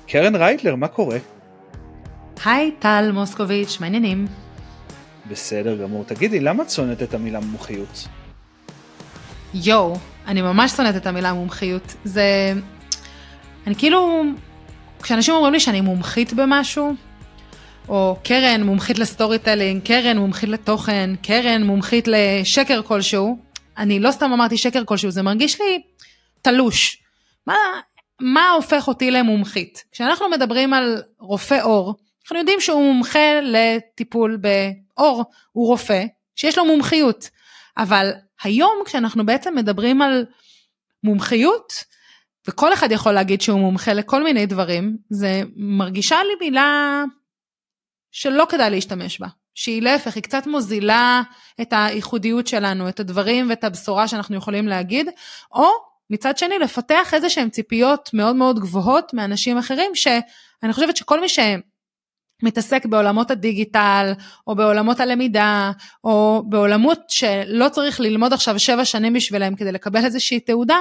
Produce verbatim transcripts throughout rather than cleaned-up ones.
קרן רייטלר, מה קורה? היי, טל מוסקוביץ', מה העניינים? בסדר גמור. תגידי, למה את שונאת את המילה מומחיות? יו, אני ממש שונאת את המילה מומחיות. זה... אני כאילו... כשאנשים אומרים לי שאני מומחית במשהו, או קרן מומחית לסטורי טלינג, קרן מומחית לתוכן, קרן מומחית לשקר כלשהו, אני לא סתם אמרתי שקר כלשהו, זה מרגיש לי תלוש. מה, מה הופך אותי למומחית? כשאנחנו מדברים על רופא אור, אנחנו יודעים שהוא מומחה לטיפול באור, הוא רופא שיש לו מומחיות. אבל היום כשאנחנו בעצם מדברים על מומחיות, וכל אחד יכול להגיד שהוא מומחה לכל מיני דברים, זה מרגישה לי מילה שלא כדאי להשתמש בה. שהיא להפך, היא קצת מוזילה את הייחודיות שלנו, את הדברים ואת הבשורה שאנחנו יכולים להגיד, או מצד שני לפתח איזה שהן ציפיות מאוד מאוד גבוהות מאנשים אחרים, שאני חושבת שכל מי שמתעסק בעולמות הדיגיטל, או בעולמות הלמידה, או בעולמות שלא צריך ללמוד עכשיו שבע שנים בשבילם, כדי לקבל איזושהי תעודה,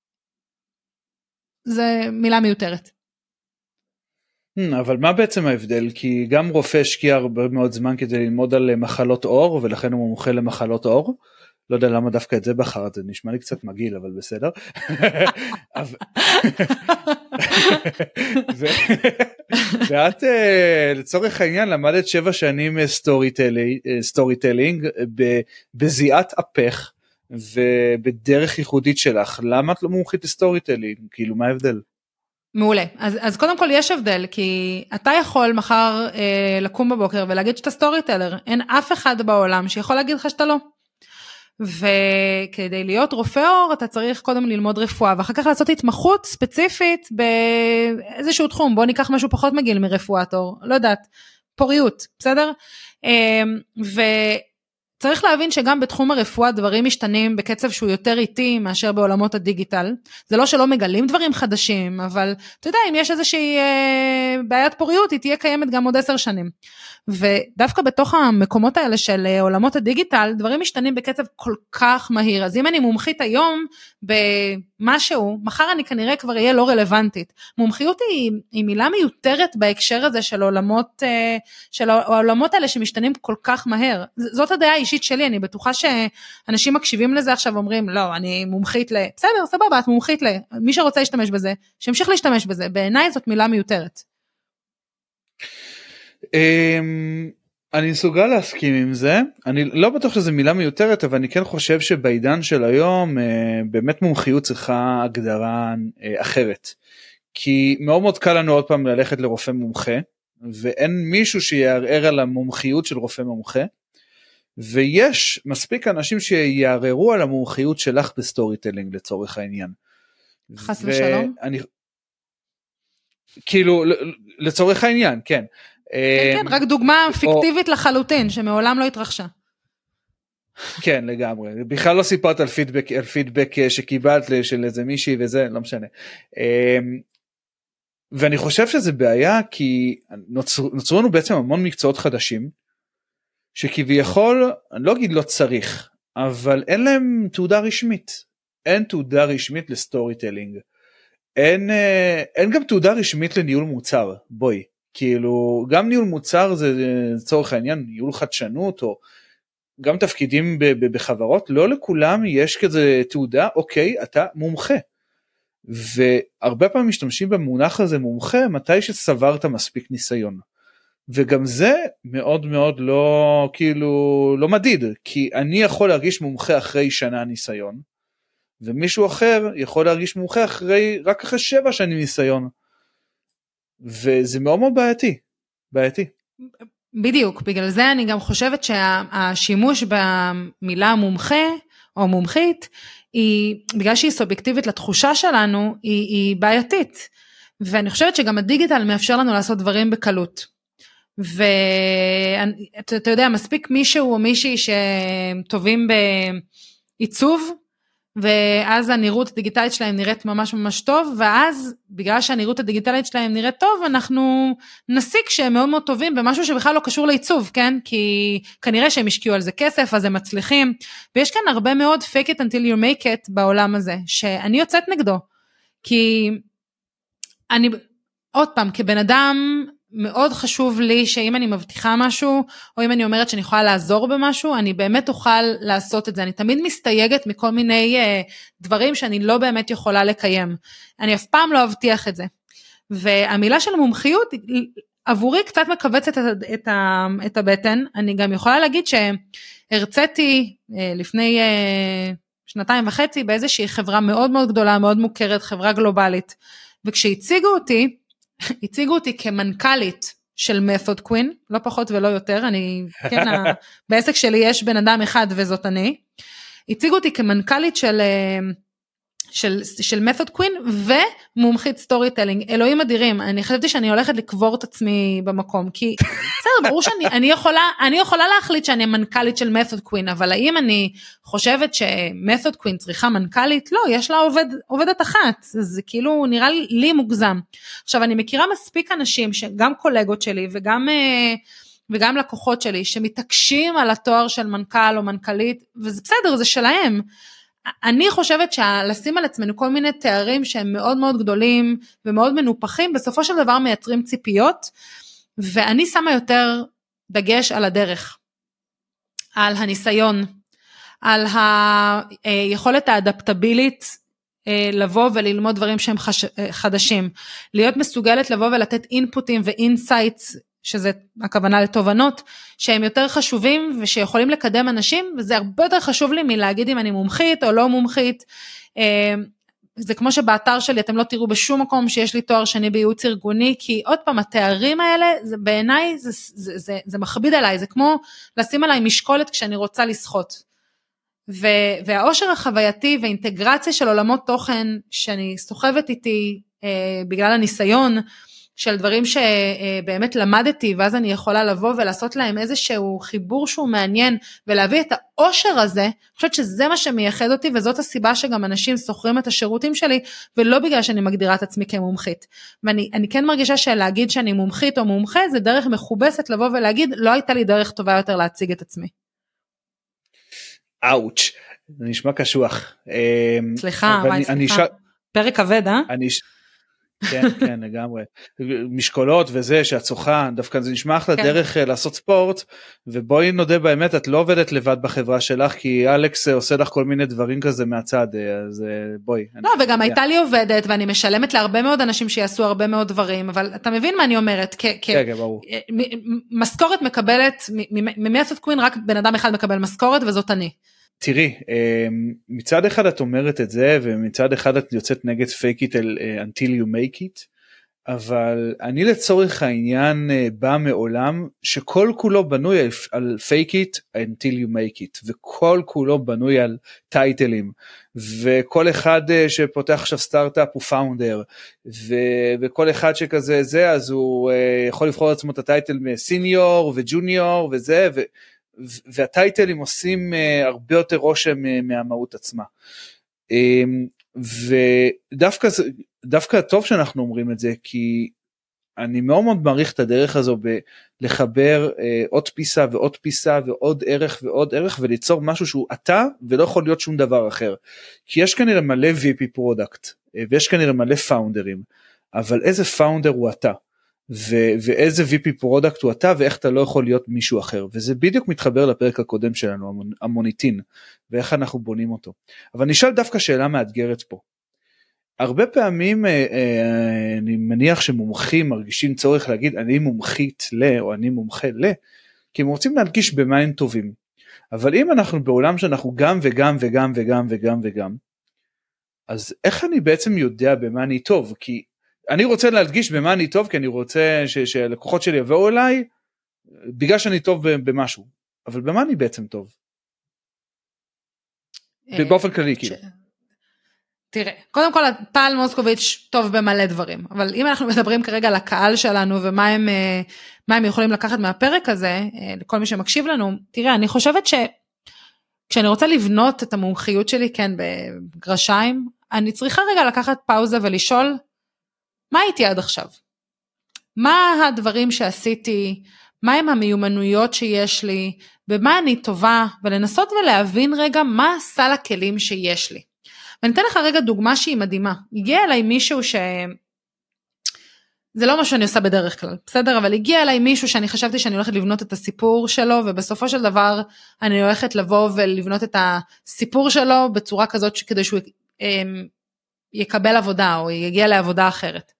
זה מילה מיותרת. אבל מה בעצם ההבדל? כי גם רופא השקיע הרבה מאוד זמן כדי ללמוד על מחלות עור, ולכן הוא מומחה למחלות עור. לא יודע למה דווקא את זה בחרת, זה נשמע לי קצת מגעיל, אבל בסדר. ואת לצורך העניין למדת שבע שנים סטורי טלינג בזיעת אפך, ובדרך ייחודית שלך. למה את לא מומחית לסטורי טלינג? כאילו מה ההבדל? מעולה. אז, אז קודם כל יש הבדל, כי אתה יכול מחר אה, לקום בבוקר ולהגיד שאתה סטורי טלר. אין אף אחד בעולם שיכול להגיד לך שאתה לא. וכדי להיות רופא אור, אתה צריך קודם ללמוד רפואה, ואחר כך לעשות התמחות ספציפית באיזשהו תחום. בוא ניקח משהו פחות מגיל מרפואת אור. לא יודעת, פוריות, בסדר? אה, ו... צריך להבין שגם בתחום הרפואה דברים משתנים בקצב שהוא יותר איטי מאשר בעולמות הדיגיטל. זה לא שלא מגלים דברים חדשים, אבל אתה יודע, אם יש איזושהי אה, בעיית פוריות, היא תהיה קיימת גם עוד עשר שנים. ודווקא בתוך המקומות האלה של עולמות הדיגיטל, דברים משתנים בקצב כל כך מהיר. אז אם אני מומחית היום במשהו, מחר אני כנראה כבר אהיה לא רלוונטית. מומחיות היא, היא מילה מיותרת בהקשר הזה של העולמות, של העולמות האלה שמשתנים כל כך מהר. זאת הדעה האישית שלי, אני בטוחה שאנשים מקשיבים לזה עכשיו ואומרים, לא, אני מומחית ל... בסדר, סבבה, את מומחית ל... מי שרוצה להשתמש בזה, שימשיך להשתמש בזה. בעיניי זאת מילה מיותרת. אני מסוגל להסכים עם זה, אני לא בטוח שזו מילה מיותרת, אבל אני כן חושב שבעידן של היום באמת מומחיות צריכה הגדרה אחרת, כי מאוד מאוד קל לנו עוד פעם ללכת לרופא מומחה, ואין מישהו שיערער על המומחיות של רופא מומחה, ויש מספיק אנשים שיערערו על המומחיות שלך בסטורי טלינג לצורך העניין. חס ושלום? אני... כאילו לצורך העניין, כן. כן, כן, רק דוגמה פיקטיבית לחלוטין, שמעולם לא התרחשה. כן, לגמרי. בכלל לא סיפרת על פידבק, על פידבק שקיבלת של איזה מישהי וזה, לא משנה. ואני חושב שזה בעיה, כי נוצר, נוצרו לנו בעצם המון מקצועות חדשים, שכביכול, אני לא אגיד לא צריך, אבל אין להם תעודה רשמית. אין תעודה רשמית לסטורי טלינג. אין, אין גם תעודה רשמית לניהול מוצר, בואי. כאילו, גם ניהול מוצר זה צורך העניין, ניהול חדשנות, או גם תפקידים בחברות, לא לכולם יש כזה תעודה, אוקיי, אתה מומחה. והרבה פעמים משתמשים במונח הזה מומחה, מתי שסברת מספיק ניסיון. וגם זה מאוד מאוד לא, כאילו, לא מדיד, כי אני יכול להרגיש מומחה אחרי שנה ניסיון, ומישהו אחר יכול להרגיש מומחה אחרי, רק אחרי שבע שנים ניסיון. וזה מאוד מאוד בעייתי, בעייתי. בדיוק, בגלל זה אני גם חושבת שהשימוש במילה מומחה או מומחית, היא, בגלל שהיא סובייקטיבית לתחושה שלנו, היא, היא בעייתית. ואני חושבת שגם הדיגיטל מאפשר לנו לעשות דברים בקלות. ואתה יודע, מספיק מישהו או מישהי שטובים בעיצוב, ואז הנראות הדיגיטלית שלהם נראית ממש ממש טוב, ואז בגלל שהנראות הדיגיטלית שלהם נראית טוב, אנחנו נסיק שהם מאוד מאוד טובים במשהו שבכלל לא קשור לעיצוב, כן? כי כנראה שהם השקיעו על זה כסף, אז הם מצליחים, ויש כאן הרבה מאוד fake it until you make it בעולם הזה, שאני יוצאת נגדו, כי אני, עוד פעם, כבן אדם, מאוד חשוב לי שאם אני מבטיחה משהו, או אם אני אומרת שאני יכולה לעזור במשהו, אני באמת אוכל לעשות את זה. אני תמיד מסתייגת מכל מיני uh, דברים שאני לא באמת יכולה לקיים. אני אף פעם לא אבטיח את זה. והמילה של מומחיות, עבורי קצת מקבצת את, את, את הבטן. אני גם יכולה להגיד שהרציתי uh, לפני uh, שנתיים וחצי, באיזושהי חברה מאוד מאוד גדולה, מאוד מוכרת, חברה גלובלית. וכשהציגו אותי, הציגו אותי כמנכ"לית של מתוד קווין, לא פחות ולא יותר, אני, כן, בעסק שלי יש בן אדם אחד וזאת אני, הציגו אותי כמנכ"לית של, של, של מתוד קווין ומומחית סטורי טלינג, אלוהים אדירים, אני חשבתי שאני הולכת לקבור את עצמי במקום, כי בסדר, ברור שאני אני יכולה, אני יכולה להחליט שאני מנכ"לית של מתוד קווין, אבל האם אני חושבת שמתוד קווין צריכה מנכ"לית? לא, יש לה עובד, עובדת אחת, זה כאילו נראה לי מוגזם. עכשיו אני מכירה מספיק אנשים, שגם קולגות שלי וגם, וגם לקוחות שלי, שמתעקשים על התואר של מנכ"ל או מנכ"לית, וזה בסדר, זה שלהם. אני חושבת שלשים על עצמנו כל מיני תארים שהם מאוד מאוד גדולים ומאוד מנופחים, בסופו של דבר מייצרים ציפיות, ואני שמה יותר דגש על הדרך, על הניסיון, על היכולת האדפטבילית, לבוא וללמוד דברים שהם חדשים, להיות מסוגלת לבוא ולתת אינפוטים ואינסייטס, שזה הכוונה לתובנות, שהם יותר חשובים ושיכולים לקדם אנשים, וזה הרבה יותר חשוב לי מלהגיד אם אני מומחית או לא מומחית, זה כמו שבאתר שלי אתם לא תראו בשום מקום שיש לי תואר שני בייעוץ ארגוני, כי עוד פעם התארים האלה, זה בעיניי זה, זה, זה, זה מכביד עליי, זה כמו לשים עליי משקולת כשאני רוצה לשחות, ו, והאושר החווייתי ואינטגרציה של עולמות תוכן, שאני סוחבת איתי אה, בגלל הניסיון, של דברים שבאמת למדתי, ואז אני יכולה לבוא ולעשות להם איזשהו חיבור שהוא מעניין, ולהביא את האושר הזה, אני חושבת שזה מה שמייחד אותי, וזאת הסיבה שגם אנשים סוחרים את השירותים שלי, ולא בגלל שאני מגדירה את עצמי כמומחית. ואני אני כן מרגישה שלהגיד שאני מומחית או מומחה, זה דרך מכובסת לבוא ולהגיד, לא הייתה לי דרך טובה יותר להציג את עצמי. אאוץ', זה נשמע קשוח. סליחה, וואי, סליחה. פרק כבד, אה? אני... כן, כן, לגמרי. משקולות וזה שהצוחה, דווקא זה נשמע אחלה דרך לעשות ספורט, ובואי נודה באמת, את לא עובדת לבד בחברה שלך, כי אלכס עושה לך כל מיני דברים כזה מהצד, אז בואי. לא, וגם הייתה לי עובדת, ואני משלמת להרבה מאוד אנשים שיעשו הרבה מאוד דברים, אבל אתה מבין מה אני אומרת, משכורת מקבלת, ממתוד קווין רק בן אדם אחד מקבל משכורת, וזאת אני. תראי, מצד אחד את אומרת את זה, ומצד אחד את יוצאת נגד fake it until you make it, אבל אני לצורך העניין בא מעולם שכל כולו בנוי על fake it until you make it, וכל כולו בנוי על טייטלים, וכל אחד שפותח עכשיו סטארט-אפ הוא פאונדר, וכל אחד שכזה זה, אז הוא יכול לבחור לעצמו את הטייטל מסיניור וג'וניור וזה, ו... והטייטלים עושים הרבה יותר רושם מהמהות עצמה, ודווקא דווקא טוב שאנחנו אומרים את זה, כי אני מאוד מאוד מעריך את הדרך הזו בלחבר עוד פיסה ועוד פיסה ועוד ערך ועוד ערך, וליצור משהו שהוא אתה ולא יכול להיות שום דבר אחר, כי יש כנראה מלא וי פי פרודקט, ויש כנראה מלא פאונדרים, אבל איזה פאונדר הוא אתה? ו- ואיזה וי פי פרודקט הוא אתה, ואיך אתה לא יכול להיות מישהו אחר, וזה בדיוק מתחבר לפרק הקודם שלנו, המוניטין, ואיך אנחנו בונים אותו. אבל נשאל דווקא שאלה מאתגרת פה. הרבה פעמים אה, אה, אני מניח שמומחים מרגישים צורך להגיד, אני מומחית ל, או אני מומחה ל, כי הם רוצים להדגיש במה הם טובים. אבל אם אנחנו בעולם שאנחנו גם וגם וגם וגם וגם וגם, אז איך אני בעצם יודע במה אני טוב? כי אני רוצה להדגיש במה אני טוב, כי אני רוצה ש- שהלקוחות שלי יבואו אליי, בגלל שאני טוב במשהו, אבל במה אני בעצם טוב? באופן כללי, כאילו. תראה, קודם כל, טל מוסקוביץ' טוב במלא דברים, אבל אם אנחנו מדברים כרגע על הקהל שלנו, ומה הם, מה הם יכולים לקחת מהפרק הזה, לכל מי שמקשיב לנו, תראה, אני חושבת שכשאני רוצה לבנות את המומחיות שלי, כן, בגרשיים, אני צריכה רגע לקחת פאוזה ולשאול, מה הייתי עד עכשיו? מה הדברים שעשיתי, מה הם המיומנויות שיש לי, במה אני טובה, ולנסות ולהבין רגע מה סל הכלים שיש לי. ואני אתן לך רגע דוגמה שהיא מדהימה. הגיע אליי מישהו ש... זה לא מה שאני עושה בדרך כלל, בסדר? אבל הגיע אליי מישהו שאני חשבתי שאני הולכת לבנות את הסיפור שלו, ובסופו של דבר אני הולכת לבוא ולבנות את הסיפור שלו בצורה כזאת כדי שהוא יקבל עבודה או יגיע לעבודה אחרת.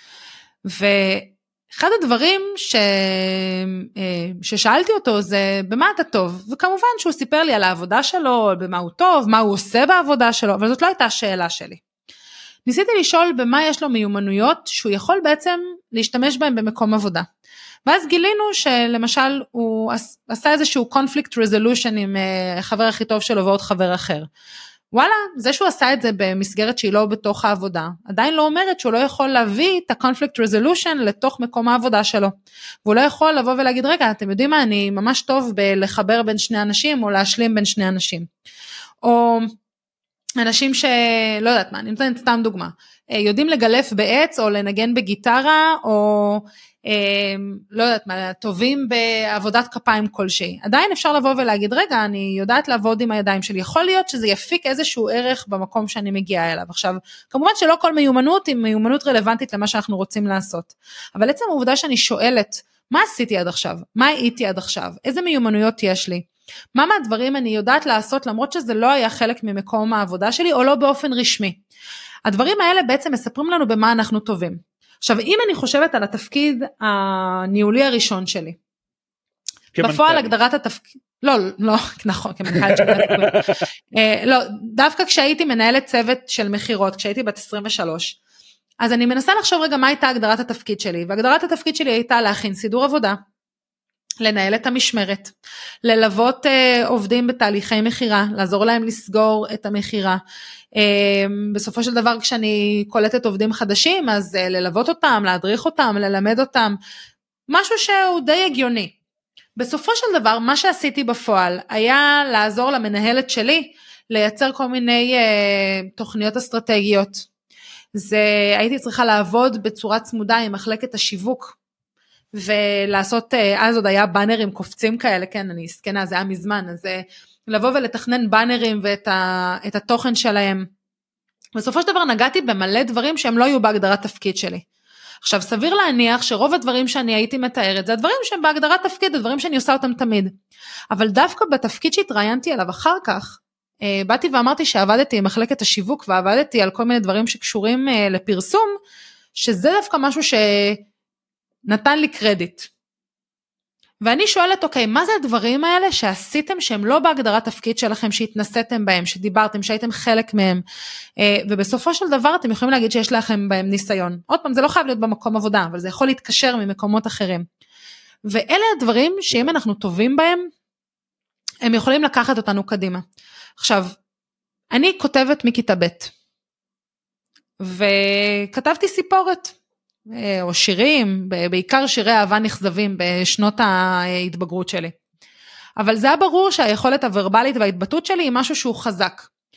ואחד הדברים ש... ששאלתי אותו זה במה אתה טוב, וכמובן שהוא סיפר לי על העבודה שלו, במה הוא טוב, מה הוא עושה בעבודה שלו, אבל זאת לא הייתה השאלה שלי. ניסיתי לשאול במה יש לו מיומנויות שהוא יכול בעצם להשתמש בהם במקום עבודה. ואז גילינו שלמשל הוא עשה איזשהו conflict resolution עם חבר הכי טוב שלו ועוד חבר אחר. וואלה, זה שהוא עשה את זה במסגרת שהיא לא בתוך העבודה, עדיין לא אומרת שהוא לא יכול להביא את ה-conflict resolution לתוך מקום העבודה שלו. והוא לא יכול לבוא ולהגיד, רגע, אתם יודעים מה, אני ממש טוב בלחבר בין שני אנשים או להשלים בין שני אנשים. או אנשים שלא יודעת מה, אני נותנת סתם דוגמה, יודעים לגלף בעץ או לנגן בגיטרה, או לא יודעת מה, טובים בעבודת כפיים כלשהי. עדיין אפשר לבוא ולהגיד, רגע, אני יודעת לעבוד עם הידיים שלי, יכול להיות שזה יפיק איזשהו ערך במקום שאני מגיעה אליו. עכשיו, כמובן שלא כל מיומנות היא מיומנות רלוונטית למה שאנחנו רוצים לעשות, אבל עצם העובדה שאני שואלת, מה עשיתי עד עכשיו? מה הייתי עד עכשיו? איזה מיומנויות יש לי? מה מהדברים אני יודעת לעשות, למרות שזה לא היה חלק ממקום העבודה שלי, או לא באופן רשמי. הדברים האלה בעצם מספרים לנו במה אנחנו טובים. עכשיו, אם אני חושבת על התפקיד הניהולי הראשון שלי, בפועל הגדרת התפקיד, לא, לא, נכון, כמנכ"לית של לא, דווקא כשהייתי מנהלת צוות של מחירות, כשהייתי בת עשרים ושלוש, אז אני מנסה לחשוב רגע מה הייתה הגדרת התפקיד שלי, והגדרת התפקיד שלי הייתה להכין סידור עבודה, לנהל את המשמרת, ללוות אה, עובדים בתהליכי מחירה, לעזור להם לסגור את המחירה, אה, בסופו של דבר כשאני קולטת עובדים חדשים, אז אה, ללוות אותם, להדריך אותם, ללמד אותם, משהו שהוא די הגיוני. בסופו של דבר, מה שעשיתי בפועל, היה לעזור למנהלת שלי, לייצר כל מיני אה, תוכניות אסטרטגיות, זה הייתי צריכה לעבוד בצורה צמודה עם מחלקת השיווק, ולעשות, אז עוד היה בנרים קופצים כאלה, כן, אני סקנה, זה היה מזמן, אז לבוא ולתכנן בנרים ואת ה, את התוכן שלהם. בסופו של דבר נגעתי במלא דברים שהם לא יהיו בהגדרת תפקיד שלי. עכשיו, סביר להניח שרוב הדברים שאני הייתי מתארת, זה הדברים שהם בהגדרת תפקיד, הדברים שאני עושה אותם תמיד. אבל דווקא בתפקיד שהתראיינתי עליו אחר כך, באתי ואמרתי שעבדתי עם מחלקת השיווק, ועבדתי על כל מיני דברים שקשורים לפרסום, שזה דווקא משהו ש... נתן לי קרדיט. ואני שואלת, אוקיי, מה זה הדברים האלה שעשיתם שהם לא בהגדרת תפקיד שלכם, שהתנסיתם בהם, שדיברתם, שהייתם חלק מהם, ובסופו של דבר אתם יכולים להגיד שיש לכם בהם ניסיון. עוד פעם, זה לא חייב להיות במקום עבודה, אבל זה יכול להתקשר ממקומות אחרים. ואלה הדברים שאם אנחנו טובים בהם, הם יכולים לקחת אותנו קדימה. עכשיו, אני כותבת מכיתה ב', וכתבתי סיפורת, או שירים, בעיקר שירי אהבה נכזבים בשנות ההתבגרות שלי. אבל זה היה ברור שהיכולת הוורבלית וההתבטאות שלי היא משהו שהוא חזק.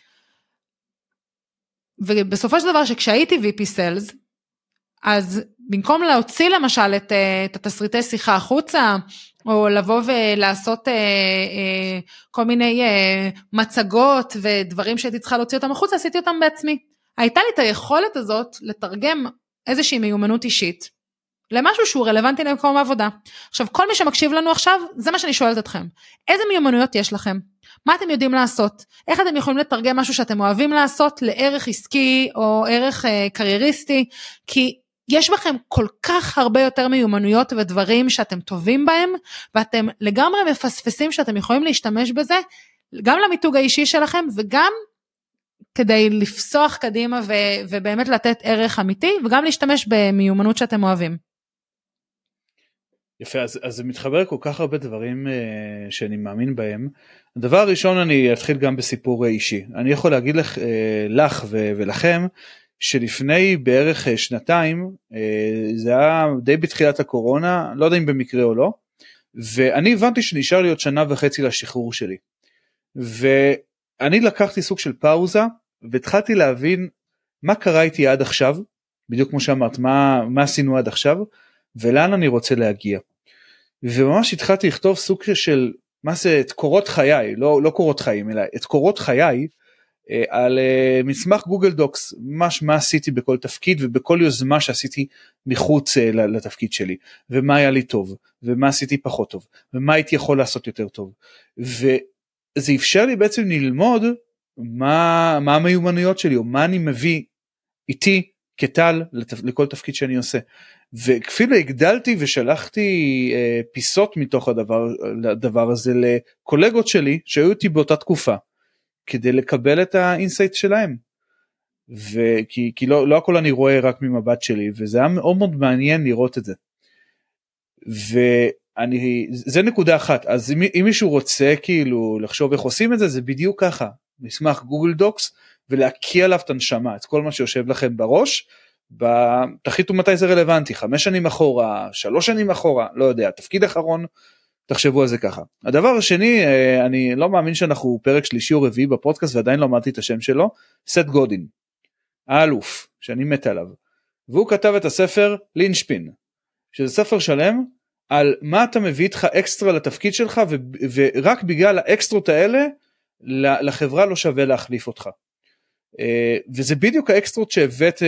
ובסופו של דבר שכשהייתי וי פי Sales, אז במקום להוציא למשל את, את התסריטי שיחה החוצה, או לבוא ולעשות כל מיני מצגות ודברים שהייתי צריכה להוציא אותם החוצה, עשיתי אותם בעצמי. הייתה לי את היכולת הזאת לתרגם איזושהי מיומנות אישית, למשהו שהוא רלוונטי למקום העבודה. עכשיו, כל מי שמקשיב לנו עכשיו, זה מה שאני שואלת אתכם. איזה מיומנויות יש לכם? מה אתם יודעים לעשות? איך אתם יכולים לתרגם משהו שאתם אוהבים לעשות, לערך עסקי, או ערך אה, קרייריסטי? כי יש בכם כל כך הרבה יותר מיומנויות ודברים שאתם טובים בהם, ואתם לגמרי מפספסים שאתם יכולים להשתמש בזה, גם למיתוג האישי שלכם, וגם כדי לפסוח קדימה ו, ובאמת לתת ערך אמיתי, וגם להשתמש במיומנות שאתם אוהבים. יפה, אז, אז זה מתחבר כל כך הרבה דברים uh, שאני מאמין בהם. הדבר הראשון, אני אתחיל גם בסיפור אישי. אני יכול להגיד לך, uh, לך ו, ולכם, שלפני בערך uh, שנתיים, uh, זה היה די בתחילת הקורונה, לא יודע אם במקרה או לא, ואני הבנתי שנשאר לי עוד שנה וחצי לשחרור שלי. ואני לקחתי סוג של פאוזה, והתחלתי להבין מה קרה איתי עד עכשיו, בדיוק כמו שאמרת, מה, מה עשינו עד עכשיו, ולאן אני רוצה להגיע. וממש התחלתי לכתוב סוג של, מה זה, את קורות חיי, לא, לא קורות חיים, אלא את קורות חיי, על מסמך גוגל דוקס, ממש מה עשיתי בכל תפקיד ובכל יוזמה שעשיתי מחוץ לתפקיד שלי, ומה היה לי טוב, ומה עשיתי פחות טוב, ומה הייתי יכול לעשות יותר טוב, וזה אפשר לי בעצם ללמוד מה, מה המיומנויות שלי, או מה אני מביא איתי כטל לכל תפקיד שאני עושה, וכפילו הגדלתי ושלחתי אה, פיסות מתוך הדבר, הדבר הזה לקולגות שלי שהיו איתי באותה תקופה, כדי לקבל את האינסייט שלהם, וכי, כי לא, לא הכל אני רואה רק ממבט שלי, וזה היה מאוד מאוד מעניין לראות את זה, ואני, זה נקודה אחת, אז אם, אם מישהו רוצה כאילו לחשוב איך עושים את זה, זה בדיוק ככה, מסמך גוגל דוקס, ולהקיע עליו את הנשמה, את כל מה שיושב לכם בראש, תחליטו מתי זה רלוונטי, חמש שנים אחורה, שלוש שנים אחורה, לא יודע, תפקיד אחרון, תחשבו על זה ככה. הדבר השני, אני לא מאמין שאנחנו פרק שלישי או רביעי בפודקאסט, ועדיין לא אמרתי את השם שלו, סט גודין, האלוף, שאני מת עליו, והוא כתב את הספר לינצ'פין, שזה ספר שלם, על מה אתה מביא איתך אקסטרה לתפקיד שלך, ו- ורק בגלל האקסטרות האלה, לחברה לא שווה להחליף אותך. וזה בדיוק האקסטרות שהבאת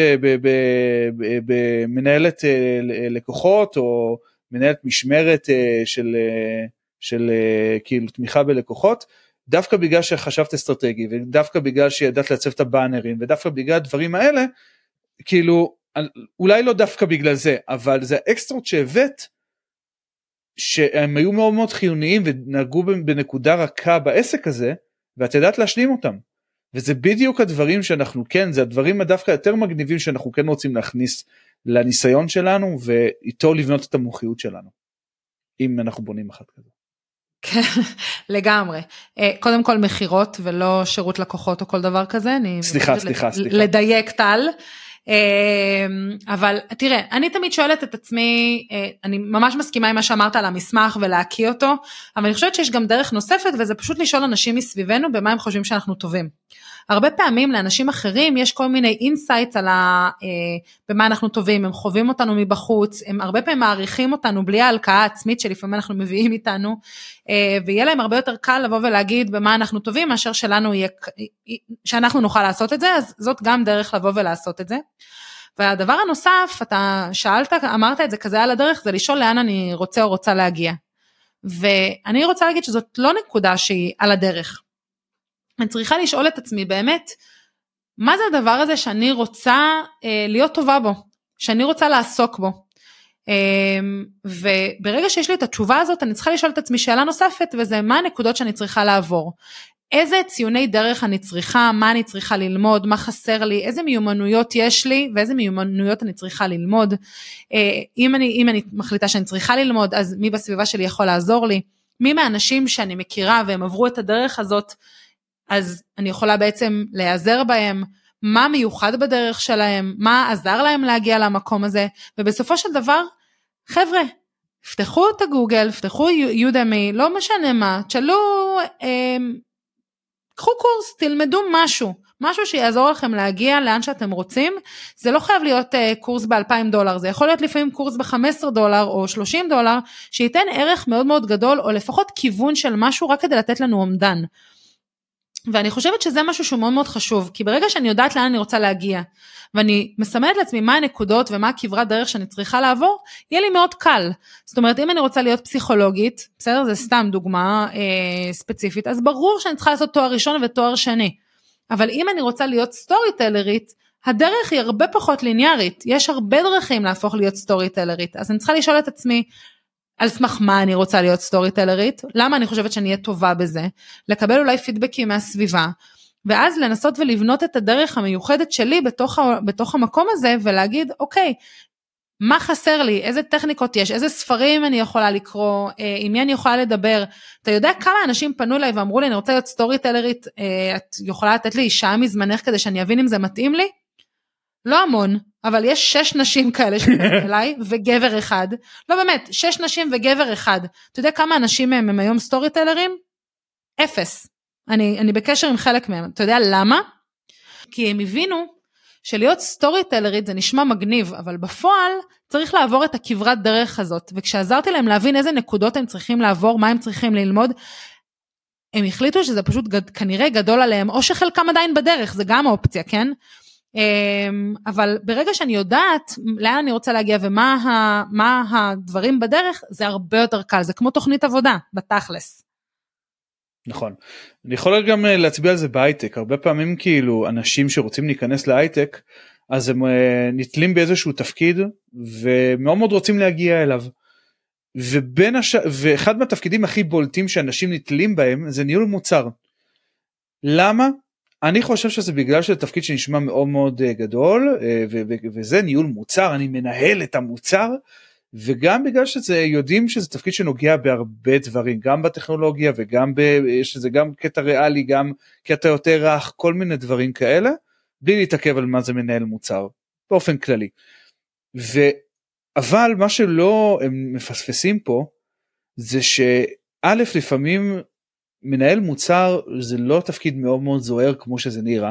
במנהלת לקוחות, או מנהלת משמרת של, של כאילו תמיכה בלקוחות, דווקא בגלל שחשבת אסטרטגי, ודווקא בגלל שידעת לעצב את הבאנרים, ודווקא בגלל הדברים האלה, כאילו, אולי לא דווקא בגלל זה, אבל זה האקסטרות שהבאת, שהם היו מאוד מאוד חיוניים, ונהגו בנקודה רכה בעסק הזה, ואת ידעת להשלים אותם. וזה בדיוק הדברים שאנחנו כן, זה הדברים הדווקא יותר מגניבים שאנחנו כן רוצים להכניס לניסיון שלנו, ואיתו לבנות את המומחיות שלנו, אם אנחנו בונים אחת כזו. כן, לגמרי. קודם כל מחירות, ולא שירות לקוחות או כל דבר כזה. סליחה, סליחה, סליחה. לדייק טל. אבל תראה, אני תמיד שואלת את עצמי, אני ממש מסכימה עם מה שאמרת על המסמך ולהקיא אותו, אבל אני חושבת שיש גם דרך נוספת, וזה פשוט לשאול אנשים מסביבנו במה הם חושבים שאנחנו טובים. הרבה פעמים לאנשים אחרים יש כל מיני אינסייטס על ה, במה אנחנו טובים, הם חווים אותנו מבחוץ, הם הרבה פעמים מעריכים אותנו בלי ההלקאה העצמית שלפעמים אנחנו מביאים איתנו, ויהיה להם הרבה יותר קל לבוא ולהגיד במה אנחנו טובים, מאשר שלנו יהיה, שאנחנו נוכל לעשות את זה, אז זאת גם דרך לבוא ולעשות את זה. והדבר הנוסף, אתה שאלת, אמרת את זה כזה על הדרך, זה לשאול לאן אני רוצה או רוצה להגיע. ואני רוצה להגיד שזאת לא נקודה שהיא על הדרך. אני צריכה לשאול את עצמי באמת, מה זה הדבר הזה שאני רוצה אה, להיות טובה בו, שאני רוצה לעסוק בו. אה, וברגע שיש לי את התשובה הזאת, אני צריכה לשאול את עצמי שאלה נוספת, וזה מה הנקודות שאני צריכה לעבור. איזה ציוני דרך אני צריכה, מה אני צריכה ללמוד, מה חסר לי, איזה מיומנויות יש לי, ואיזה מיומנויות אני צריכה ללמוד. אה, אם אני, אם אני מחליטה שאני צריכה ללמוד, אז מי בסביבה שלי יכול לעזור לי? מי מהאנשים שאני מכירה, והם עברו את הדרך הזאת, אז אני יכולה בעצם להיעזר בהם, מה מיוחד בדרך שלהם, מה עזר להם להגיע למקום הזה, ובסופו של דבר, חבר'ה, פתחו את הגוגל, פתחו יודמי, לא משנה מה, תשאלו, אה, קחו קורס, תלמדו משהו, משהו שיעזור לכם להגיע לאן שאתם רוצים, זה לא חייב להיות אה, קורס ב-אלפיים דולר, זה יכול להיות לפעמים קורס ב-חמישה עשר דולר או שלושים דולר, שייתן ערך מאוד מאוד גדול, או לפחות כיוון של משהו, רק כדי לתת לנו עומדן. ואני חושבת שזה משהו שהוא מאוד מאוד חשוב, כי ברגע שאני יודעת לאן אני רוצה להגיע, ואני מסמנת לעצמי מה הנקודות ומה הכברת דרך שאני צריכה לעבור, יהיה לי מאוד קל. זאת אומרת, אם אני רוצה להיות פסיכולוגית, בסדר, זה סתם דוגמה אה, ספציפית, אז ברור שאני צריכה לעשות תואר ראשון ותואר שני. אבל אם אני רוצה להיות סטורי טלרית, הדרך היא הרבה פחות ליניארית. יש הרבה דרכים להפוך להיות סטורי טלרית. אז אני צריכה לשאול את עצמי, על סמך מה אני רוצה להיות סטורי טלרית, למה אני חושבת שאני אהיה טובה בזה, לקבל אולי פידבקים מהסביבה, ואז לנסות ולבנות את הדרך המיוחדת שלי בתוך, בתוך המקום הזה, ולהגיד, אוקיי, מה חסר לי, איזה טכניקות יש, איזה ספרים אני יכולה לקרוא, עם מי אני יכולה לדבר, אתה יודע כמה אנשים פנו אליי ואמרו לי, אני רוצה להיות סטורי טלרית, את יכולה לתת לי שעה מזמנך כדי שאני אבין אם זה מתאים לי? לא המון, אבל יש שש נשים כאלה שפנו אליי, וגבר אחד, לא באמת, שש נשים וגבר אחד, אתה יודע כמה אנשים הם, הם היום סטורי טלרים? אפס. אני, אני בקשר עם חלק מהם, אתה יודע למה? כי הם הבינו שלהיות סטורי טלרית זה נשמע מגניב, אבל בפועל צריך לעבור את הכברת דרך הזאת, וכשעזרתי להם להבין איזה נקודות הם צריכים לעבור, מה הם צריכים ללמוד, הם החליטו שזה פשוט גד, כנראה גדול עליהם, או שחלקם עדיין בדרך, זה גם האופציה, כן? אבל ברגע שאני יודעת לאן אני רוצה להגיע ומה ה, מה הדברים בדרך, זה הרבה יותר קל, זה כמו תוכנית עבודה, בתכלס. נכון. אני יכול גם להצביע על זה בהייטק, הרבה פעמים כאילו אנשים שרוצים להיכנס להייטק, אז הם נתלים באיזשהו תפקיד, ומאוד מאוד רוצים להגיע אליו. ובין הש... ואחד מהתפקידים הכי בולטים שאנשים נתלים בהם, זה ניהול מוצר. למה? אני חושב שזה בגלל שזה תפקיד שנשמע מאוד מאוד גדול, ו- ו- וזה ניהול מוצר, אני מנהל את המוצר, וגם בגלל שזה, יודעים שזה תפקיד שנוגע בהרבה דברים, גם בטכנולוגיה, וגם ב... יש לזה גם קטע ריאלי, גם קטע יותר רך, כל מיני דברים כאלה, בלי להתעכב על מה זה מנהל מוצר, באופן כללי. ו... אבל מה שלא הם מפספסים פה, זה שא' לפעמים מנהל מוצר זה לא תפקיד מאוד מאוד זוהר כמו שזה נראה,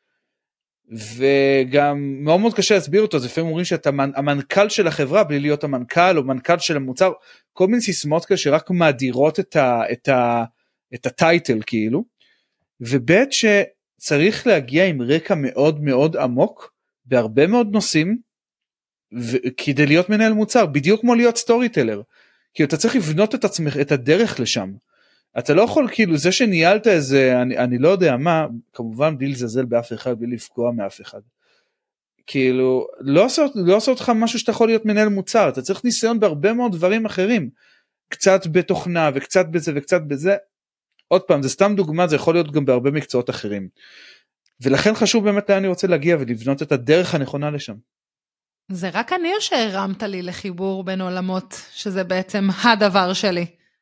וגם מאוד מאוד קשה להסביר אותו, זה לפעמים אומרים שאתה המנכ"ל של החברה בלי להיות המנכ"ל או מנכ"ל של המוצר, כל מיני סיסמאות כאלה שרק מאדירות את, ה, את, ה, את הטייטל כאילו, וב' שצריך להגיע עם רקע מאוד מאוד עמוק בהרבה מאוד נושאים, כדי להיות מנהל מוצר, בדיוק כמו להיות סטורי טלר, כי אתה צריך לבנות את עצמך, את הדרך לשם, אתה לא יכול כאילו, זה שניהלת איזה, אני, אני לא יודע מה, כמובן בלי לזלזל באף אחד, בלי לפגוע מאף אחד, כאילו, לא עושה, לא עושה אותך משהו שאתה יכול להיות מנהל מוצר, אתה צריך ניסיון בהרבה מאוד דברים אחרים, קצת בתוכנה, וקצת בזה, וקצת בזה, עוד פעם, זה סתם דוגמה, זה יכול להיות גם בהרבה מקצועות אחרים, ולכן חשוב באמת לאן אני רוצה להגיע, ולבנות את הדרך הנכונה לשם. זה רק אני או שהרמת לי לחיבור בין עולמות, שזה בעצם הדבר שלי?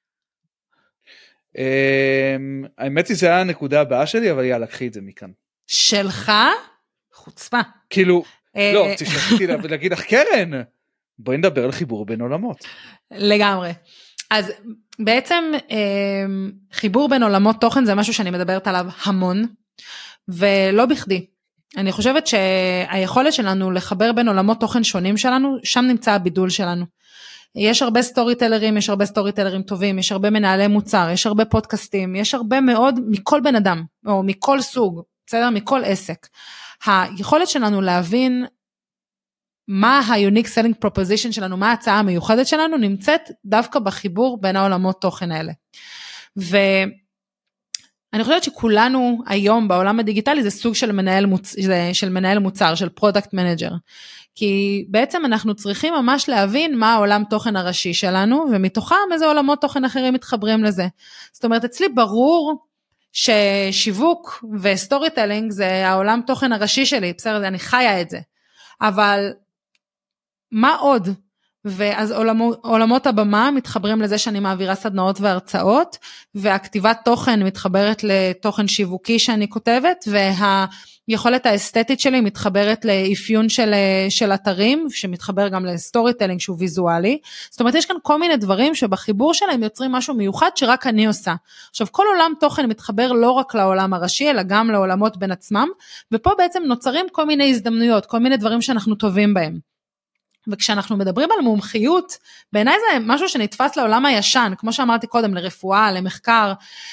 האמת היא זה היה הנקודה הבאה שלי, אבל יאללה, קחי את זה מכאן. שלך? חוצפה. כאילו, לא, תשתתי להגיד לך, קרן, בואי נדבר על חיבור בין עולמות. לגמרי. אז בעצם חיבור בין עולמות תוכן זה משהו שאני מדברת עליו המון, ולא בכדי. אני חושבת שהיכולת שלנו לחבר בין עולמות תוכן שונים שלנו, שם נמצא הבידול שלנו. יש הרבה סטורי טלרים, יש הרבה סטורי טלרים טובים, יש הרבה מנהלי מוצר, יש הרבה פודקאסטים, יש הרבה מאוד מכל בן אדם, או מכל סוג, בסדר? מכל עסק. היכולת שלנו להבין מה ה-unique selling proposition שלנו, מה ההצעה המיוחדת שלנו, נמצאת דווקא בחיבור בין העולמות תוכן האלה. ו... אני חושבת שכולנו היום בעולם הדיגיטלי זה סוג של מנהל, מוצ... של מנהל מוצר, של פרודקט מנג'ר. כי בעצם אנחנו צריכים ממש להבין מה העולם תוכן הראשי שלנו, ומתוכם איזה עולמות תוכן אחרים מתחברים לזה. זאת אומרת, אצלי ברור ששיווק וסטורי טלינג זה העולם תוכן הראשי שלי, בסדר, אני חיה את זה. אבל מה עוד? ואז עולמות, עולמות הבמה מתחברים לזה שאני מעבירה סדנאות והרצאות, והכתיבת תוכן מתחברת לתוכן שיווקי שאני כותבת, והיכולת האסתטית שלי מתחברת לאפיון של, של אתרים, שמתחבר גם לסטורי טלינג שהוא ויזואלי. זאת אומרת, יש כאן כל מיני דברים שבחיבור שלהם יוצרים משהו מיוחד שרק אני עושה. עכשיו, כל עולם תוכן מתחבר לא רק לעולם הראשי, אלא גם לעולמות בין עצמם, ופה בעצם נוצרים כל מיני הזדמנויות, כל מיני דברים שאנחנו טובים בהם. וכשאנחנו מדברים על מומחיות, בעיניי זה משהו שנתפס לעולם הישן, כמו שאמרתי קודם, לרפואה, למחקר,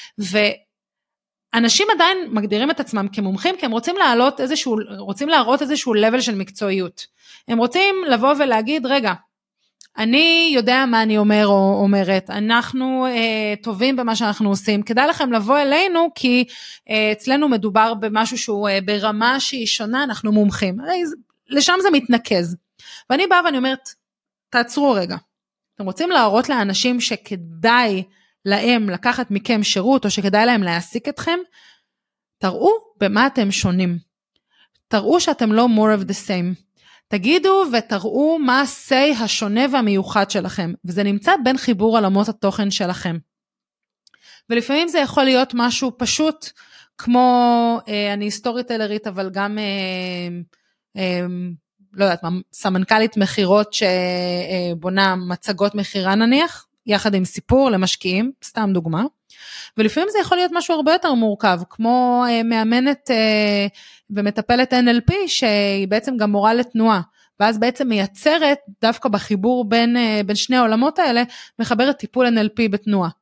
ואנשים עדיין מגדירים את עצמם כמומחים, כי הם רוצים להעלות איזשהו, רוצים להראות איזשהו level של מקצועיות. הם רוצים לבוא ולהגיד, רגע, אני יודע מה אני אומר או אומרת, אנחנו אה, טובים במה שאנחנו עושים, כדאי לכם לבוא אלינו, כי אה, אצלנו מדובר במשהו שהוא אה, ברמה שהיא שונה, אנחנו מומחים. הרי לשם זה מתנקז. ואני באה ואני אומרת, תעצרו רגע, אתם רוצים להראות לאנשים שכדאי להם לקחת מכם שירות, או שכדאי להם להעסיק אתכם, תראו במה אתם שונים, תראו שאתם לא more of the same, תגידו ותראו מה ה-say השונה והמיוחד שלכם, וזה נמצא בין חיבור עולמות התוכן שלכם, ולפעמים זה יכול להיות משהו פשוט, כמו אה, אני סטורי טלרית, אבל גם אה, אה, לא יודעת מה, סמנכלית מחירות שבונה מצגות מחירה נניח, יחד עם סיפור למשקיעים, סתם דוגמה, ולפעמים זה יכול להיות משהו הרבה יותר מורכב, כמו מאמנת ומטפלת אן אל פי, שהיא בעצם גם מורה לתנועה, ואז בעצם מייצרת, דווקא בחיבור בין, בין שני העולמות האלה, מחברת טיפול אן אל פי בתנועה.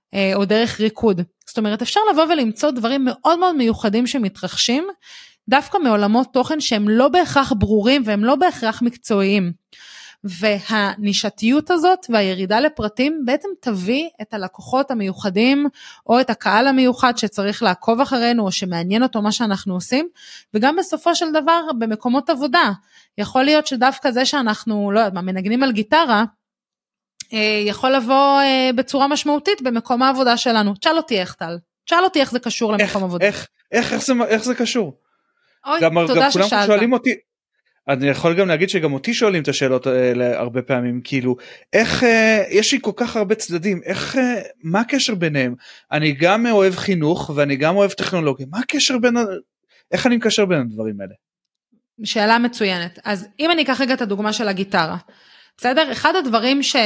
או דרך ריקוד. זאת אומרת, אפשר לבוא ולמצוא דברים מאוד מאוד מיוחדים שמתרחשים, דווקא מעולמות תוכן שהם לא בהכרח ברורים, והם לא בהכרח מקצועיים. והנישתיות הזאת והירידה לפרטים בעצם תביא את הלקוחות המיוחדים או את הקהל המיוחד שצריך לעקוב אחרינו או שמעניין אותו מה שאנחנו עושים, וגם בסופו של דבר במקומות עבודה, יכול להיות שדווקא זה שאנחנו לא יודעת מה, מנגנים על גיטרה, יכול לבוא בצורה משמעותית במקום העבודה שלנו. תשאל אותי איך טל, תשאל אותי איך זה קשור למקום עבודה. איך, איך, איך, זה, איך זה קשור? אוי, גם, תודה גם ששאלת. כולם שואלים אותי, אני יכול גם להגיד שגם אותי שואלים את השאלות האלה הרבה פעמים, כאילו, איך, יש לי כל כך הרבה צדדים, איך, מה הקשר ביניהם? אני גם אוהב חינוך, ואני גם אוהב טכנולוגיה, מה הקשר בין, איך אני מקשר בין הדברים האלה? שאלה מצוינת. אז אם אני אקח רגע את הדוגמה של הגיטרה, בסדר? אחד הדברים ש,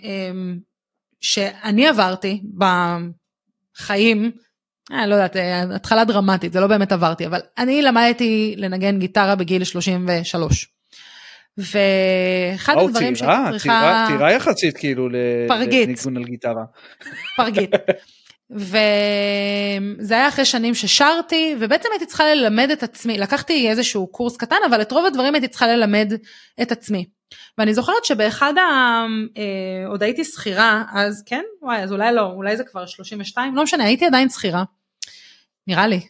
שאני עברתי בחיים, אני לא יודעת, התחלה דרמטית, זה לא באמת עברתי, אבל אני למדתי לנגן גיטרה בגיל שלושים ושלוש. ואחד הדברים שהייתי צריכה... תירה יחסית כאילו לניגון על גיטרה. פרגית. וזה היה אחרי שנים ששרתי, ובעצם הייתי צריכה ללמד את עצמי, לקחתי איזשהו קורס קטן, אבל את רוב הדברים הייתי צריכה ללמד את עצמי. ואני זוכרת שבאחד ה... עוד הייתי שכירה, אז כן, וואי, אז אולי לא, אולי זה כבר שלושים ושתיים, לא משנה, הייתי עדיין שכירה. נראה לי.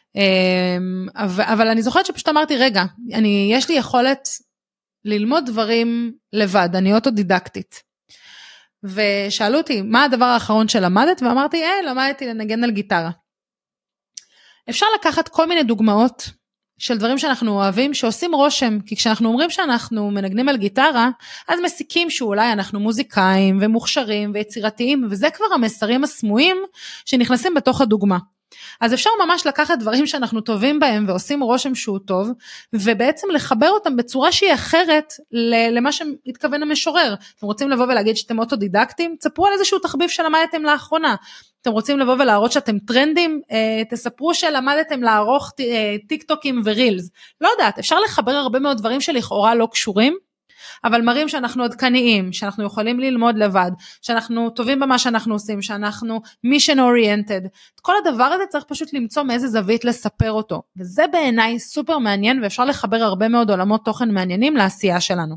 אבל אני זוכרת שפשוט אמרתי, רגע, אני, יש לי יכולת ללמוד דברים לבד, אני אוטודידקטית. ושאלו אותי, מה הדבר האחרון שלמדת? ואמרתי, אה, למדתי לנגן על גיטרה. אפשר לקחת כל מיני דוגמאות של דברים שאנחנו אוהבים, שעושים רושם, כי כשאנחנו אומרים שאנחנו מנגנים על גיטרה, אז מסיקים שאולי אנחנו מוזיקאים ומוכשרים ויצירתיים, וזה כבר המסרים הסמויים שנכנסים בתוך הדוגמה. אז אפשר ממש לקחת דברים שאנחנו טובים בהם ועושים רושם שהוא טוב, ובעצם לחבר אותם בצורה שהיא אחרת למה שהתכוון המשורר. אתם רוצים לבוא ולהגיד שאתם אוטודידקטים? תספרו על איזשהו תחביב שלמדתם לאחרונה. אתם רוצים לבוא ולהראות שאתם טרנדים? תספרו שלמדתם לערוך טיק טוקים ורילס. לא יודעת, אפשר לחבר הרבה מאוד דברים שלכאורה לא קשורים, אבל מראים שאנחנו עדכניים, שאנחנו יכולים ללמוד לבד, שאנחנו טובים במה שאנחנו עושים, שאנחנו mission oriented. את כל הדבר הזה צריך פשוט למצוא מאיזה זווית לספר אותו. וזה בעיניי סופר מעניין, ואפשר לחבר הרבה מאוד עולמות תוכן מעניינים לעשייה שלנו.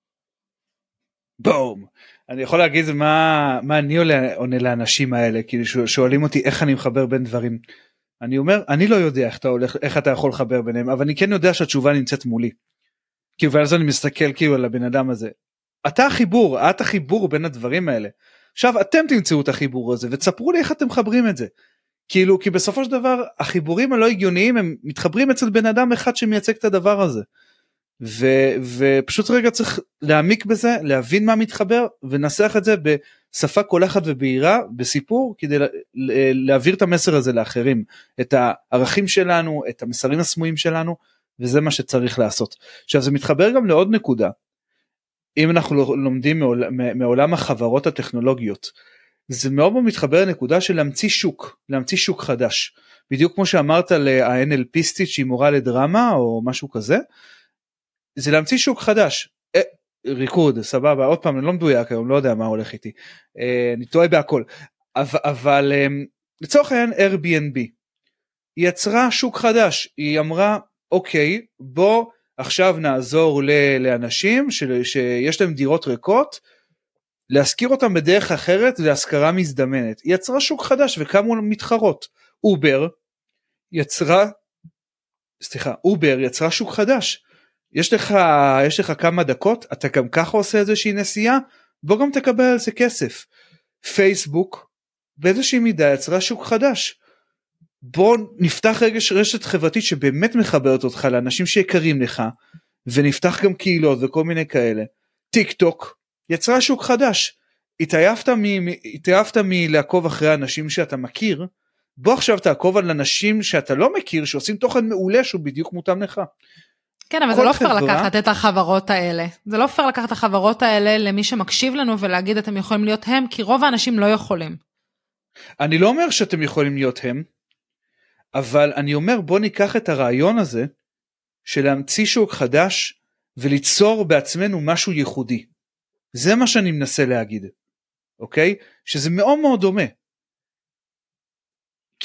בום. אני יכול להגיד מה, מה אני עונה לאנשים האלה, כאילו שואלים אותי איך אני מחבר בין דברים. אני אומר, אני לא יודע איך אתה, הולך, איך אתה יכול לחבר ביניהם, אבל אני כן יודע שהתשובה נמצאת מולי. כאילו, ואז אני מסתכל כאילו על הבן אדם הזה. אתה החיבור, את החיבור בין הדברים האלה. עכשיו, אתם תמצאו את החיבור הזה, ותספרו לי איך אתם מחברים את זה. כאילו, כי בסופו של דבר, החיבורים הלא הגיוניים, הם מתחברים אצל בן אדם אחד שמייצג את הדבר הזה. ו- ופשוט רגע צריך להעמיק בזה, להבין מה מתחבר, ונסח את זה בשפה קולחת ובהירה, בסיפור, כדי לה- להעביר את המסר הזה לאחרים. את הערכים שלנו, את המסרים הסמויים שלנו, וזה מה שצריך לעשות. עכשיו זה מתחבר גם לעוד נקודה, אם אנחנו לומדים מעולם, מעולם החברות הטכנולוגיות, זה מאוד מאוד מתחבר לנקודה של להמציא שוק, להמציא שוק חדש, בדיוק כמו שאמרת ל-אן אל פיסטית שהיא מורה לדרמה או משהו כזה, זה להמציא שוק חדש, אה, ריקוד, סבבה, עוד פעם, אני לא מדויק היום, לא יודע מה הולך איתי, אה, אני טועה בהכל, אבל, אבל אה, לצורך העניין Airbnb, היא יצרה שוק חדש, היא אמרה, אוקיי, בוא עכשיו נעזור לאנשים שיש להם דירות ריקות, להשכיר אותם בדרך אחרת, להשכרה מזדמנת. היא יצרה שוק חדש וכמה מתחרות. אובר יצרה, סליחה, אובר יצרה שוק חדש. יש לך, יש לך כמה דקות, אתה גם ככה עושה איזושהי נסיעה, בוא גם תקבל על זה כסף. פייסבוק, באיזושהי מידה יצרה שוק חדש. בוא נפתח רגע רשת חברתית שבאמת מחברת אותך לאנשים שיקרים לך, ונפתח גם קהילות וכל מיני כאלה. טיק טוק יצרה שוק חדש, התעייפת, מ, התעייפת מלעקוב אחרי אנשים שאתה מכיר, בוא עכשיו תעקוב על אנשים שאתה לא מכיר, שעושים תוכן מעולה שהוא בדיוק מותאם לך. כן, אבל זה לא פייר לקחת את החברות האלה, זה לא פייר לקחת את החברות האלה למי שמקשיב לנו ולהגיד אתם יכולים להיות הם, כי רוב האנשים לא יכולים. אני לא אומר שאתם יכולים להיות הם, אבל אני אומר בוא ניקח את הרעיון הזה, של להמציא שוק חדש, וליצור בעצמנו משהו ייחודי. זה מה שאני מנסה להגיד, אוקיי? שזה מאוד מאוד דומה.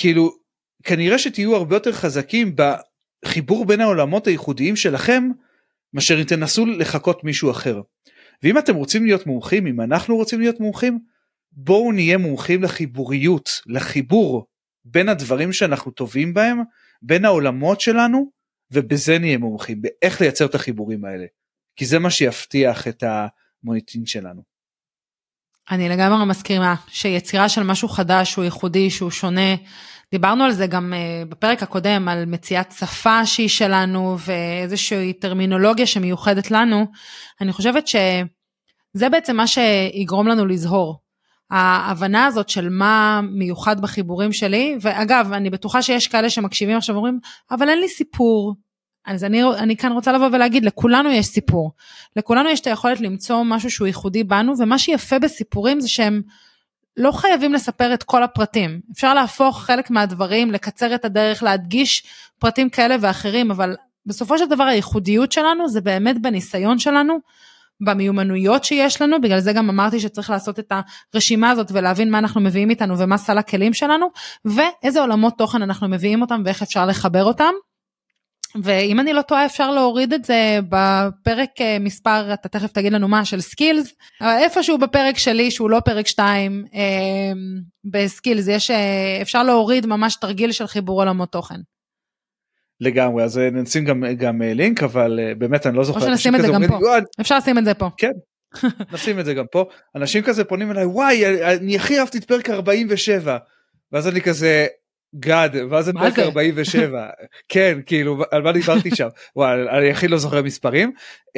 כאילו, כנראה שתהיו הרבה יותר חזקים בחיבור בין העולמות הייחודיים שלכם, מאשר אם תנסו לחכות מישהו אחר. ואם אתם רוצים להיות מומחים, אם אנחנו רוצים להיות מומחים, בואו נהיה מומחים לחיבוריות, לחיבור בין הדברים שאנחנו טובים בהם, בין העולמות שלנו, ובזה נהיה מומחים, באיך לייצר את החיבורים האלה. כי זה מה שיבטיח את המוניטין שלנו. אני לגמרי מסכימה, שיצירה של משהו חדש, שהוא ייחודי, שהוא שונה, דיברנו על זה גם בפרק הקודם, על מציאת שפה שהיא שלנו, ואיזושהי טרמינולוגיה שמיוחדת לנו, אני חושבת שזה בעצם מה שיגרום לנו לזהור. ההבנה הזאת של מה מיוחד בחיבורים שלי, ואגב, אני בטוחה שיש כאלה שמקשיבים עכשיו ואומרים, אבל אין לי סיפור. אז אני, אני כאן רוצה לבוא ולהגיד, לכולנו יש סיפור. לכולנו יש את היכולת למצוא משהו שהוא ייחודי בנו, ומה שיפה בסיפורים זה שהם לא חייבים לספר את כל הפרטים. אפשר להפוך חלק מהדברים, לקצר את הדרך, להדגיש פרטים כאלה ואחרים, אבל בסופו של דבר הייחודיות שלנו, זה באמת בניסיון שלנו, במיומנויות שיש לנו, בגלל זה גם אמרתי שצריך לעשות את הרשימה הזאת, ולהבין מה אנחנו מביאים איתנו, ומה סל הכלים שלנו, ואיזה עולמות תוכן אנחנו מביאים אותם, ואיך אפשר לחבר אותם. ואם אני לא טועה, אפשר להוריד את זה בפרק מספר, אתה תכף תגיד לנו מה, של סקילס, אבל איפשהו בפרק שלי, שהוא לא פרק שתיים, בסקילס, יש, אפשר להוריד ממש תרגיל של חיבור עולמות תוכן. לגמרי, אז נשים גם, גם לינק, אבל באמת אני לא זוכר. או שנשים את זה גם פה, אפשר לשים את זה פה. כן, נשים את זה גם פה. אנשים כזה פונים אליי, וואי, אני הכי אהבתי את פרק ארבעים ושבע, ואז אני כזה, גד, ואז אני פרק ארבעים ושבע, כן, כאילו, על מה דיברתי שם? וואי, אני הכי לא זוכר מספרים.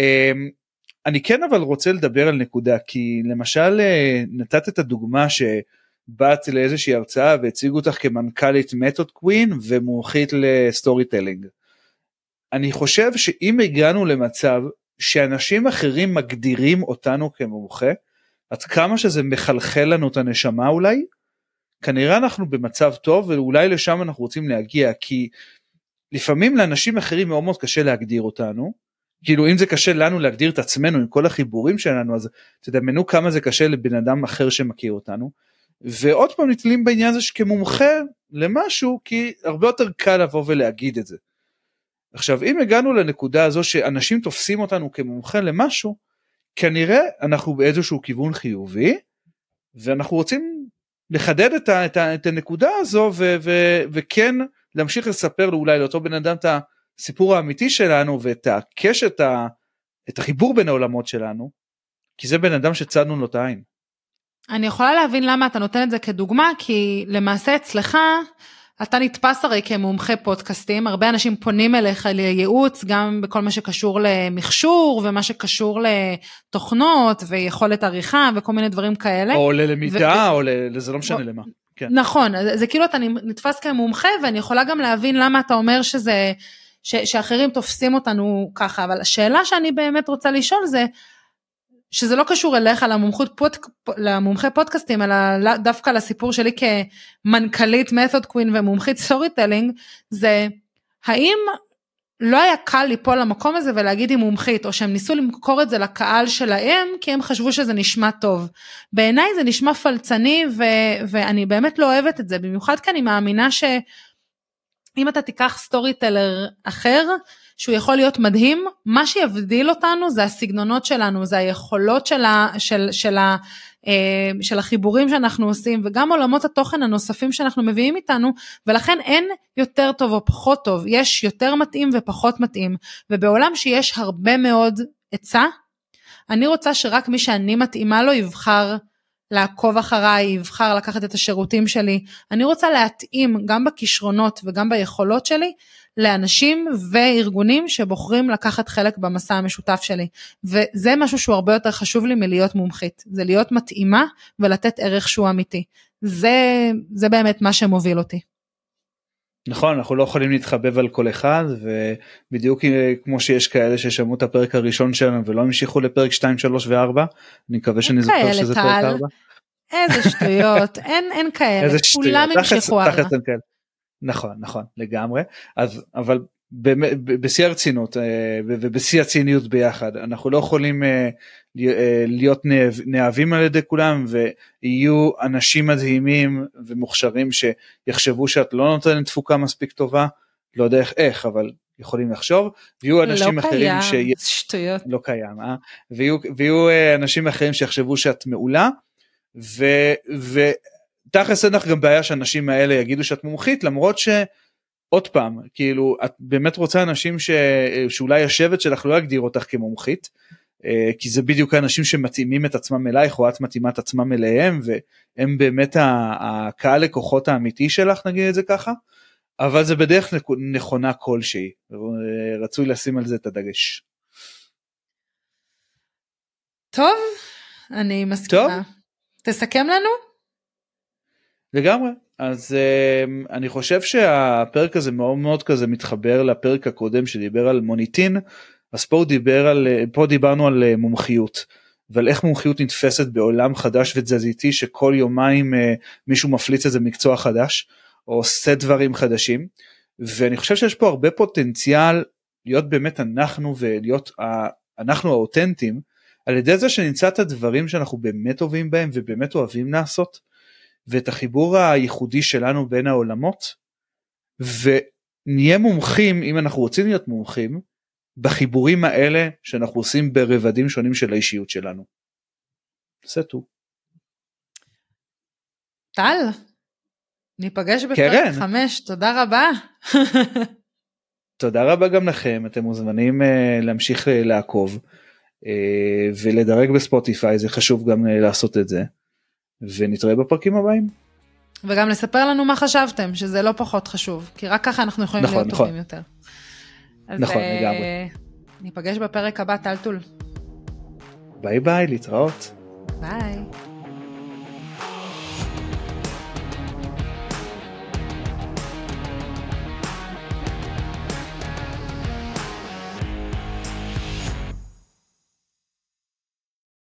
אני כן אבל רוצה לדבר על נקודה, כי למשל נתת את הדוגמה ש... באת לאיזושהי הרצאה והציגו אותך כמנכ"לית מתוד קווין ומומחית לסטורי טלינג. אני חושב שאם הגענו למצב שאנשים אחרים מגדירים אותנו כמומחה, עד כמה שזה מחלחל לנו את הנשמה אולי, כנראה אנחנו במצב טוב ואולי לשם אנחנו רוצים להגיע, כי לפעמים לאנשים אחרים מאוד מאוד קשה להגדיר אותנו, כאילו אם זה קשה לנו להגדיר את עצמנו עם כל החיבורים שלנו, אז תדמיינו כמה זה קשה לבן אדם אחר שמכיר אותנו, ועוד פעם נתלים בעניין הזה שכמומחה למשהו, כי הרבה יותר קל לבוא ולהגיד את זה. עכשיו, אם הגענו לנקודה הזו שאנשים תופסים אותנו כמומחה למשהו, כנראה אנחנו באיזשהו כיוון חיובי, ואנחנו רוצים לחדד את, ה, את, ה, את הנקודה הזו, ו, ו, וכן להמשיך לספר לו אולי לאותו בן אדם את הסיפור האמיתי שלנו, ואת הקשר, את, ה, את החיבור בין העולמות שלנו, כי זה בן אדם שצדנו לו את העין. אני יכולה להבין למה אתה נותן את זה כדוגמה, כי למעשה אצלך, אתה נתפס הרי כמומחה פודקאסטים, הרבה אנשים פונים אליך לייעוץ, גם בכל מה שקשור למכשור, ומה שקשור לתוכנות, ויכולת עריכה, וכל מיני דברים כאלה. או ללמידה, ו... או לזה לא משנה למה. כן. נכון, זה כאילו אתה נתפס כמומחה, ואני יכולה גם להבין למה אתה אומר שזה, ש... שאחרים תופסים אותנו ככה, אבל השאלה שאני באמת רוצה לשאול זה, שזה לא קשור אליך למומחות פוד, למומחה פודקאסטים, אלא דווקא לסיפור שלי כמנכ"לית מתוד קווין ומומחית סטורי טלינג, זה האם לא היה קל ליפול למקום הזה ולהגיד היא מומחית, או שהם ניסו למכור את זה לקהל שלהם, כי הם חשבו שזה נשמע טוב. בעיניי זה נשמע פלצני, ו- ואני באמת לא אוהבת את זה, במיוחד כי אני מאמינה שאם אתה תיקח סטורי טלר אחר, שהוא יכול להיות מדהים, מה שיבדיל אותנו זה הסגנונות שלנו, זה היכולות של, ה, של, של, ה, של החיבורים שאנחנו עושים, וגם עולמות התוכן הנוספים שאנחנו מביאים איתנו, ולכן אין יותר טוב או פחות טוב, יש יותר מתאים ופחות מתאים, ובעולם שיש הרבה מאוד עצה, אני רוצה שרק מי שאני מתאימה לו יבחר לעקוב אחריי, יבחר לקחת את השירותים שלי, אני רוצה להתאים גם בכישרונות וגם ביכולות שלי, לאנשים וארגונים שבוחרים לקחת חלק במסע המשותף שלי, וזה משהו שהוא הרבה יותר חשוב לי מלהיות מומחית, זה להיות מתאימה ולתת ערך שהוא אמיתי, זה, זה באמת מה שמוביל אותי. נכון, אנחנו לא יכולים להתחבב על כל אחד, ובדיוק כמו שיש כאלה ששמעו את הפרק הראשון שלנו, ולא המשיכו לפרק שתיים, שלוש וארבע, אני מקווה שאני זוכר שזה פרק ארבע. איזה שטויות, אין, אין כאלה, איזה שטויות, כולם המשיכו ארבע. נכון, נכון, לגמרי, אז, אבל בשיא הרצינות ובשיא הציניות ביחד, אנחנו לא יכולים להיות נאהבים על ידי כולם, ויהיו אנשים מדהימים ומוכשרים שיחשבו שאת לא נותנת תפוקה מספיק טובה, לא יודע איך, אבל יכולים לחשוב, ויהיו אנשים לא אחרים קיים, ש... שטויות. לא קיים, אה? ויהיו, ויהיו אנשים אחרים שיחשבו שאת מעולה, ו... ותכלס אין לך גם בעיה שאנשים האלה יגידו שאת מומחית, למרות ש... עוד פעם, כאילו, את באמת רוצה אנשים ש... שאולי השבט שלך לא יגדיר אותך כמומחית, כי זה בדיוק האנשים שמתאימים את עצמם אלייך, או את מתאימה את עצמם אליהם, והם באמת הקהל לקוחות האמיתי שלך, נגיד את זה ככה, אבל זה בדרך נכונה כלשהי, רצוי לשים על זה את הדגש. טוב, אני מסכימה. תסכם לנו? לגמרי. אז uh, אני חושב שהפרק הזה מאוד מאוד כזה מתחבר לפרק הקודם שדיבר על מוניטין, אז פה, דיבר על, פה דיברנו על uh, מומחיות, ועל איך מומחיות נתפסת בעולם חדש ותזזיתי, שכל יומיים uh, מישהו מפליץ איזה מקצוע חדש, או עושה דברים חדשים, ואני חושב שיש פה הרבה פוטנציאל להיות באמת אנחנו, ולהיות uh, אנחנו האותנטיים, על ידי זה שנמצא את הדברים שאנחנו באמת אוהבים בהם, ובאמת אוהבים לעשות, ואת החיבור הייחודי שלנו בין העולמות, ונהיה מומחים, אם אנחנו רוצים להיות מומחים, בחיבורים האלה שאנחנו עושים ברבדים שונים של האישיות שלנו. זה טוב. טל, ניפגש בפרק חמש, תודה רבה. תודה רבה גם לכם, אתם מוזמנים להמשיך לעקוב, ולדרג בספוטיפיי, זה חשוב גם לעשות את זה. ונתראה בפרקים הבאים. וגם לספר לנו מה חשבתם, שזה לא פחות חשוב, כי רק ככה אנחנו יכולים נכון, להיות נכון. טובים יותר. נכון, אז, לגמרי. ניפגש בפרק הבא, טלטול. ביי ביי, להתראות. ביי.